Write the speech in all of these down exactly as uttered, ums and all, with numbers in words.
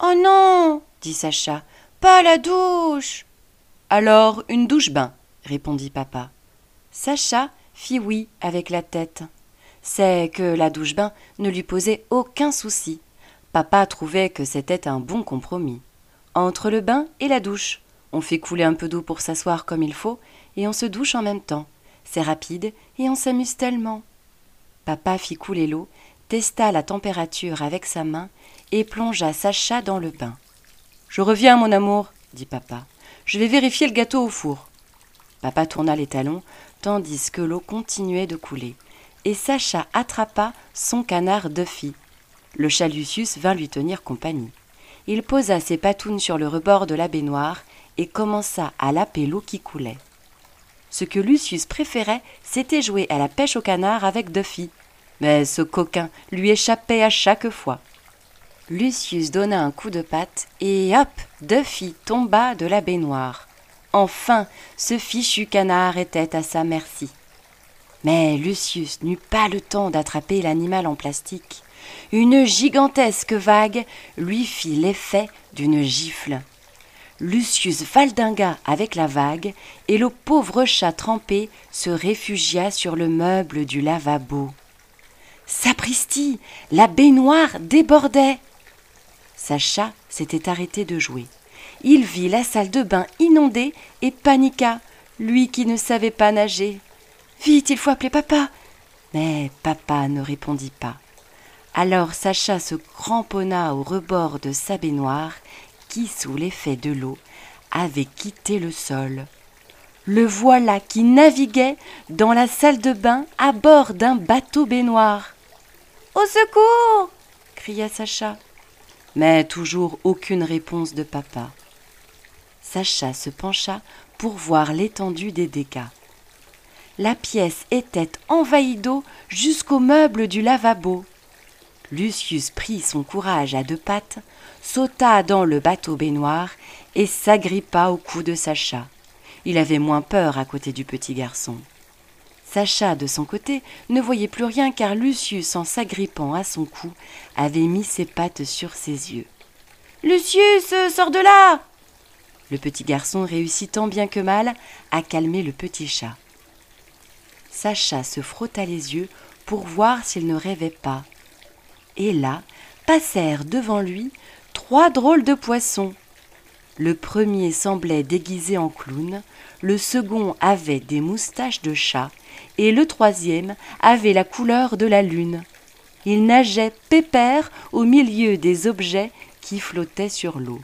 Oh non, dit Sacha, pas la douche. Alors une douche-bain, répondit papa. Sacha fit oui avec la tête. C'est que la douche-bain ne lui posait aucun souci. Papa trouvait que c'était un bon compromis. Entre le bain et la douche, on fait couler un peu d'eau pour s'asseoir comme il faut et on se douche en même temps. C'est rapide et on s'amuse tellement. Papa fit couler l'eau, testa la température avec sa main et plongea Sacha dans le bain. « Je reviens, mon amour, dit papa. Je vais vérifier le gâteau au four. » Papa tourna les talons, tandis que l'eau continuait de couler, et Sacha attrapa son canard Duffy. Le chat Lucius vint lui tenir compagnie. Il posa ses patounes sur le rebord de la baignoire et commença à laper l'eau qui coulait. Ce que Lucius préférait, c'était jouer à la pêche au canard avec Duffy. Mais ce coquin lui échappait à chaque fois. Lucius donna un coup de patte et hop, Duffy tomba de la baignoire. Enfin, ce fichu canard était à sa merci. Mais Lucius n'eut pas le temps d'attraper l'animal en plastique. Une gigantesque vague lui fit l'effet d'une gifle. Lucius valdingua avec la vague et le pauvre chat trempé se réfugia sur le meuble du lavabo. Sapristi, la baignoire débordait. Sacha s'était arrêté de jouer. Il vit la salle de bain inondée et paniqua, lui qui ne savait pas nager. « Vite, il faut appeler papa !» Mais papa ne répondit pas. Alors Sacha se cramponna au rebord de sa baignoire qui, sous l'effet de l'eau, avait quitté le sol. Le voilà qui naviguait dans la salle de bain à bord d'un bateau baignoire. « Au secours !» cria Sacha. Mais toujours aucune réponse de papa. Sacha se pencha pour voir l'étendue des dégâts. La pièce était envahie d'eau jusqu'au meuble du lavabo. Lucius prit son courage à deux pattes, sauta dans le bateau baignoire et s'agrippa au cou de Sacha. Il avait moins peur à côté du petit garçon. Sacha, de son côté, ne voyait plus rien car Lucius, en s'agrippant à son cou, avait mis ses pattes sur ses yeux. « Lucius, sors de là !» Le petit garçon réussit tant bien que mal à calmer le petit chat. Sacha se frotta les yeux pour voir s'il ne rêvait pas. Et là, passèrent devant lui trois drôles de poissons. Le premier semblait déguisé en clown, le second avait des moustaches de chat et le troisième avait la couleur de la lune. Il nageait pépère au milieu des objets qui flottaient sur l'eau.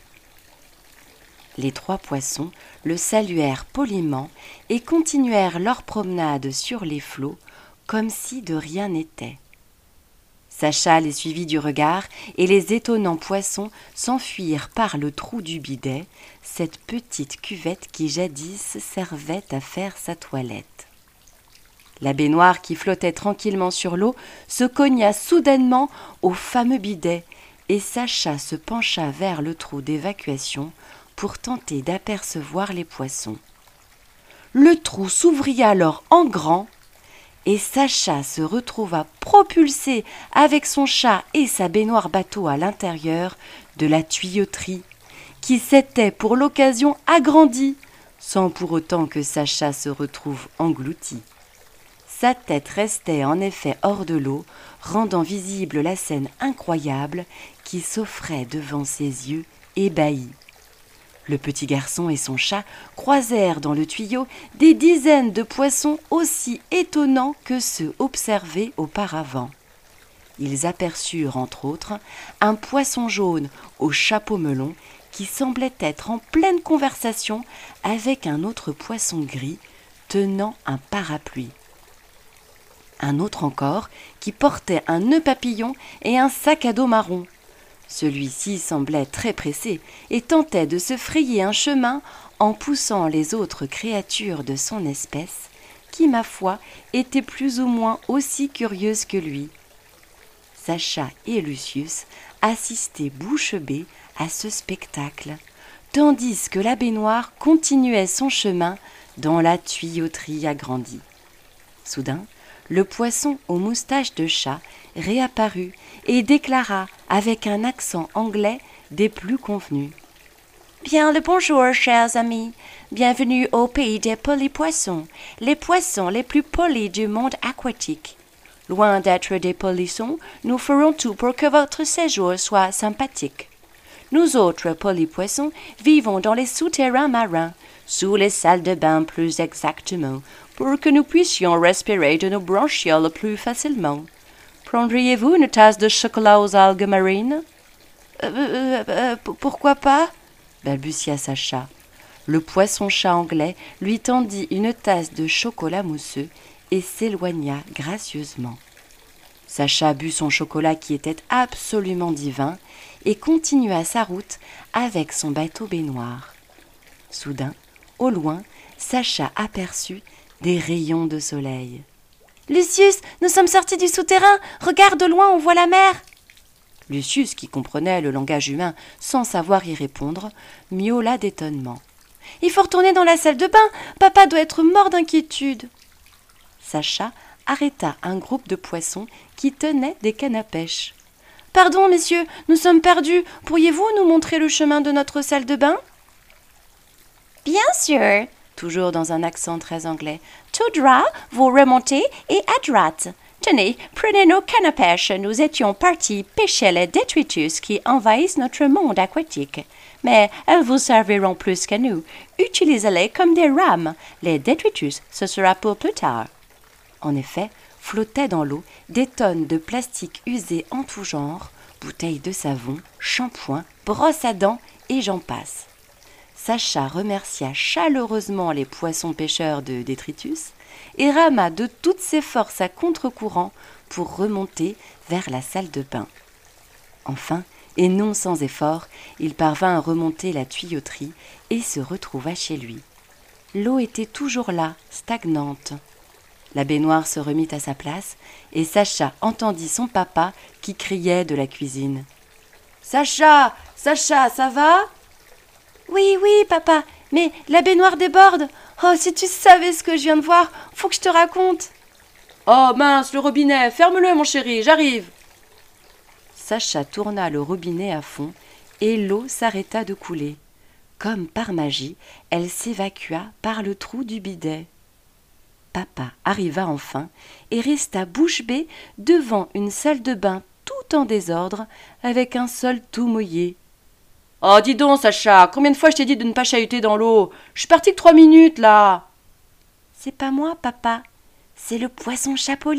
Les trois poissons le saluèrent poliment et continuèrent leur promenade sur les flots comme si de rien n'était. Sacha les suivit du regard et les étonnants poissons s'enfuirent par le trou du bidet, cette petite cuvette qui jadis servait à faire sa toilette. La baignoire qui flottait tranquillement sur l'eau se cogna soudainement au fameux bidet et Sacha se pencha vers le trou d'évacuation pour tenter d'apercevoir les poissons. Le trou s'ouvrit alors en grand et Sacha se retrouva propulsé avec son chat et sa baignoire bateau à l'intérieur de la tuyauterie qui s'était pour l'occasion agrandie, sans pour autant que Sacha se retrouve englouti. Sa tête restait en effet hors de l'eau, rendant visible la scène incroyable qui s'offrait devant ses yeux ébahis. Le petit garçon et son chat croisèrent dans le tuyau des dizaines de poissons aussi étonnants que ceux observés auparavant. Ils aperçurent, entre autres, un poisson jaune au chapeau melon qui semblait être en pleine conversation avec un autre poisson gris tenant un parapluie. Un autre encore qui portait un nœud papillon et un sac à dos marron. Celui-ci semblait très pressé et tentait de se frayer un chemin en poussant les autres créatures de son espèce qui, ma foi, étaient plus ou moins aussi curieuses que lui. Sacha et Lucius assistaient bouche bée à ce spectacle, tandis que la baignoire continuait son chemin dans la tuyauterie agrandie. Soudain, le poisson aux moustaches de chat réapparut et déclara avec un accent anglais des plus convenus. Bien le bonjour, chers amis. Bienvenue au pays des polis poissons, les poissons les plus polis du monde aquatique. Loin d'être des polissons, nous ferons tout pour que votre séjour soit sympathique. Nous autres polis-poissons vivons dans les souterrains marins, sous les salles de bain plus exactement, pour que nous puissions respirer de nos branchioles plus facilement. Prendriez-vous une tasse de chocolat aux algues marines? Euh, euh, euh, pourquoi pas? Balbutia Sacha. Le poisson-chat anglais lui tendit une tasse de chocolat mousseux et s'éloigna gracieusement. Sacha but son chocolat qui était absolument divin et continua sa route avec son bateau baignoire. Soudain, au loin, Sacha aperçut des rayons de soleil. « Lucius, nous sommes sortis du souterrain. Regarde, au loin, on voit la mer. » Lucius, qui comprenait le langage humain sans savoir y répondre, miaula d'étonnement. « Il faut retourner dans la salle de bain. Papa doit être mort d'inquiétude. » Sacha arrêta un groupe de poissons qui tenaient des cannes à pêche. « Pardon, messieurs, nous sommes perdus. Pourriez-vous nous montrer le chemin de notre salle de bain ?»« Bien sûr !» toujours dans un accent très anglais. « Tout droit, vous remontez et à droite. Tenez, prenez nos cannes à pêche. Nous étions partis pêcher les détritus qui envahissent notre monde aquatique. Mais elles vous serviront plus qu'à nous. Utilisez-les comme des rames. Les détritus, ce sera pour plus tard. » En effet, flottaient dans l'eau des tonnes de plastique usé en tout genre, bouteilles de savon, shampoings, brosses à dents et j'en passe. Sacha remercia chaleureusement les poissons pêcheurs de détritus et rama de toutes ses forces à contre-courant pour remonter vers la salle de bain. Enfin, et non sans effort, il parvint à remonter la tuyauterie et se retrouva chez lui. L'eau était toujours là, stagnante. La baignoire se remit à sa place et Sacha entendit son papa qui criait de la cuisine. « Sacha, Sacha, ça va ?»« Oui, oui, papa, mais la baignoire déborde. Oh, si tu savais ce que je viens de voir, faut que je te raconte. »« Oh mince, le robinet, ferme-le mon chéri, j'arrive !» Sacha tourna le robinet à fond et l'eau s'arrêta de couler. Comme par magie, elle s'évacua par le trou du bidet. Papa arriva enfin et resta bouche bée devant une salle de bain tout en désordre, avec un sol tout mouillé. « Oh, dis donc, Sacha, combien de fois je t'ai dit de ne pas chahuter dans l'eau? Je suis parti que trois minutes, là !»« C'est pas moi, papa, c'est le poisson-chat poli. »